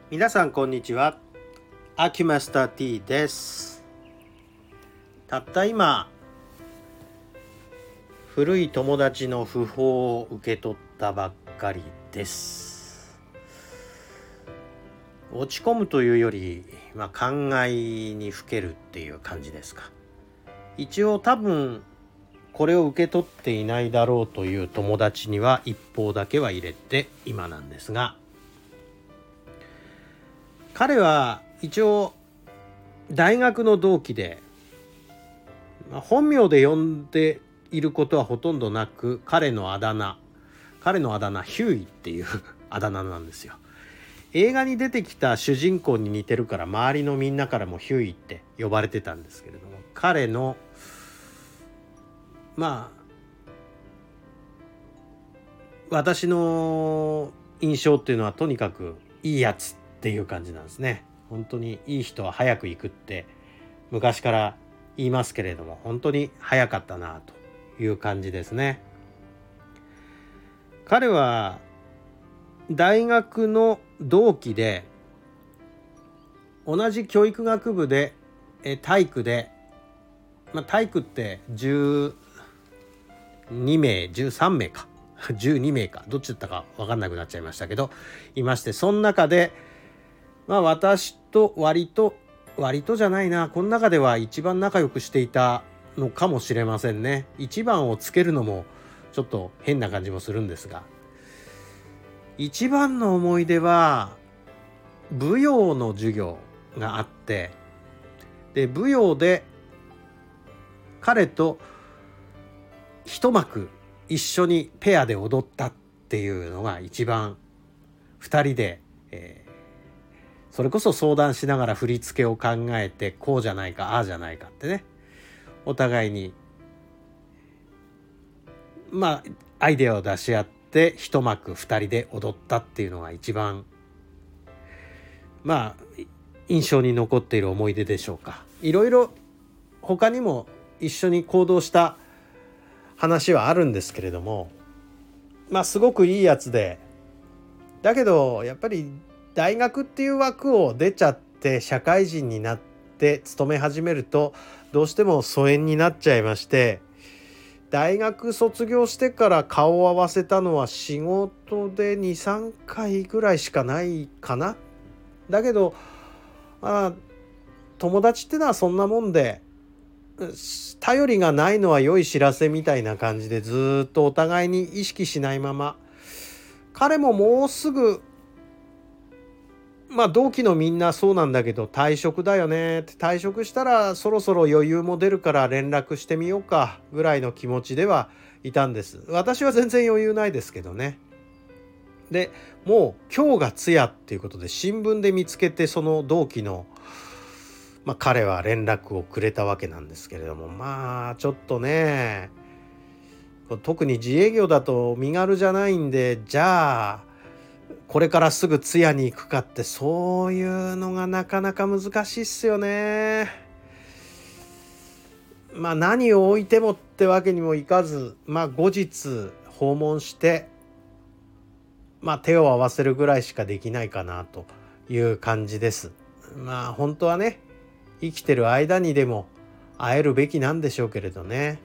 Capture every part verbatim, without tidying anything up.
皆さんこんにちは。アキュマスター T です。たった今古い友達の訃報を受け取ったばっかりです。落ち込むというより、まあ、考えにふけるっていう感じですか。一応多分これを受け取っていないだろうという友達には一報だけは入れて今なんですが、彼は一応大学の同期で、本名で呼んでいることはほとんどなく、彼のあだ名彼のあだ名ヒューイっていうあだ名なんですよ。映画に出てきた主人公に似てるから、周りのみんなからもヒューイって呼ばれてたんですけれども、彼のまあ私の印象っていうのはとにかくいいやつっていう感じなんですね。本当にいい人は早く行くって昔から言いますけれども、本当に早かったなという感じですね。彼は大学の同期で、同じ教育学部でえ体育で、まあ、体育ってじゅうにめいじゅうさんめいかじゅうにめいかどっちだったか分かんなくなっちゃいましたけどいまして、その中でまあ私と割と割とじゃないなこの中では一番仲良くしていたのかもしれませんね。一番をつけるのもちょっと変な感じもするんですが、一番の思い出は舞踊の授業があって、で舞踊で彼と一幕一緒にペアで踊ったっていうのが一番、二人で、えーそれこそ相談しながら振り付けを考えて、こうじゃないかああじゃないかってね、お互いにまあアイデアを出し合って一幕二人で踊ったっていうのが一番まあ印象に残っている思い出でしょうか。いろいろ他にも一緒に行動した話はあるんですけれども、まあすごくいいやつで、だけどやっぱり大学っていう枠を出ちゃって社会人になって勤め始めるとどうしても疎遠になっちゃいまして、大学卒業してから顔を合わせたのは仕事で にさんかいぐらいしかないかな。だけどまあ友達ってのはそんなもんで、頼りがないのは良い知らせみたいな感じでずっとお互いに意識しないまま、彼ももうすぐまあ同期のみんなそうなんだけど退職だよねって、退職したらそろそろ余裕も出るから連絡してみようかぐらいの気持ちではいたんです。私は全然余裕ないですけどね。でもう今日が通夜っていうことで新聞で見つけて、その同期のまあ彼は連絡をくれたわけなんですけれども、まあちょっとね、特に自営業だと身軽じゃないんで、じゃあこれからすぐ通夜に行くかって、そういうのがなかなか難しいっすよね。まあ何を置いてもってわけにもいかず、まあ後日訪問してまあ手を合わせるぐらいしかできないかなという感じです。まあ本当はね、生きてる間にでも会えるべきなんでしょうけれどね。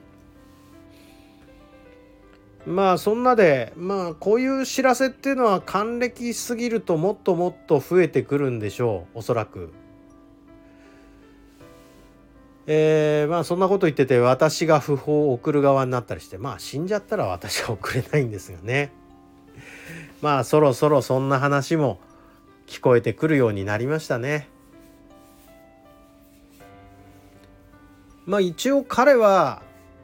まあそんなで、まあこういう知らせっていうのは還暦すぎるともっともっと増えてくるんでしょう、おそらく。えー、まあそんなこと言ってて私が訃報を送る側になったりして、まあ死んじゃったら私は送れないんですがね。まあそろそろそんな話も聞こえてくるようになりましたね。まあ一応彼は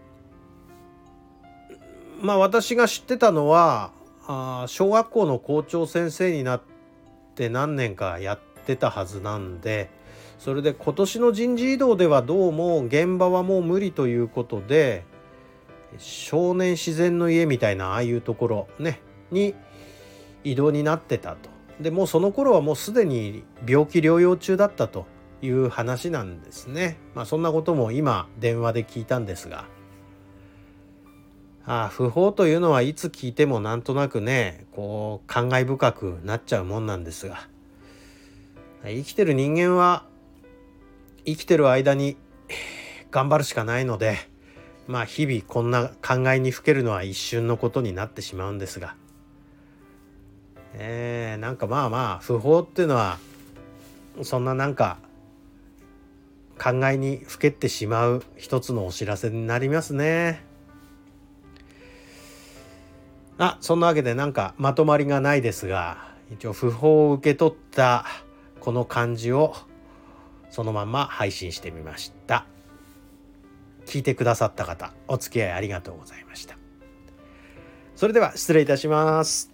まあ私が知ってたのは、あ小学校の校長先生になって何年かやってたはずなんで、それで今年の人事異動ではどうも現場はもう無理ということで、少年自然の家みたいなああいうところねに異動になってたと。でもうその頃はもうすでに病気療養中だったという話なんですね。まあそんなことも今電話で聞いたんですが、ああ訃報というのはいつ聞いてもなんとなくねこう感慨深くなっちゃうもんなんですが、 生きてる人間は生きてる間に頑張るしかないので、まあ日々こんな考えにふけるのは一瞬のことになってしまうんですが、えー、なんかまあまあ不法っていうのはそんななんか考えにふけってしまう一つのお知らせになりますね。あ、そんなわけでなんかまとまりがないですが、一応不法を受け取ったこの感じをそのまま配信してみました。聞いてくださった方、お付き合いありがとうございました。それでは失礼いたします。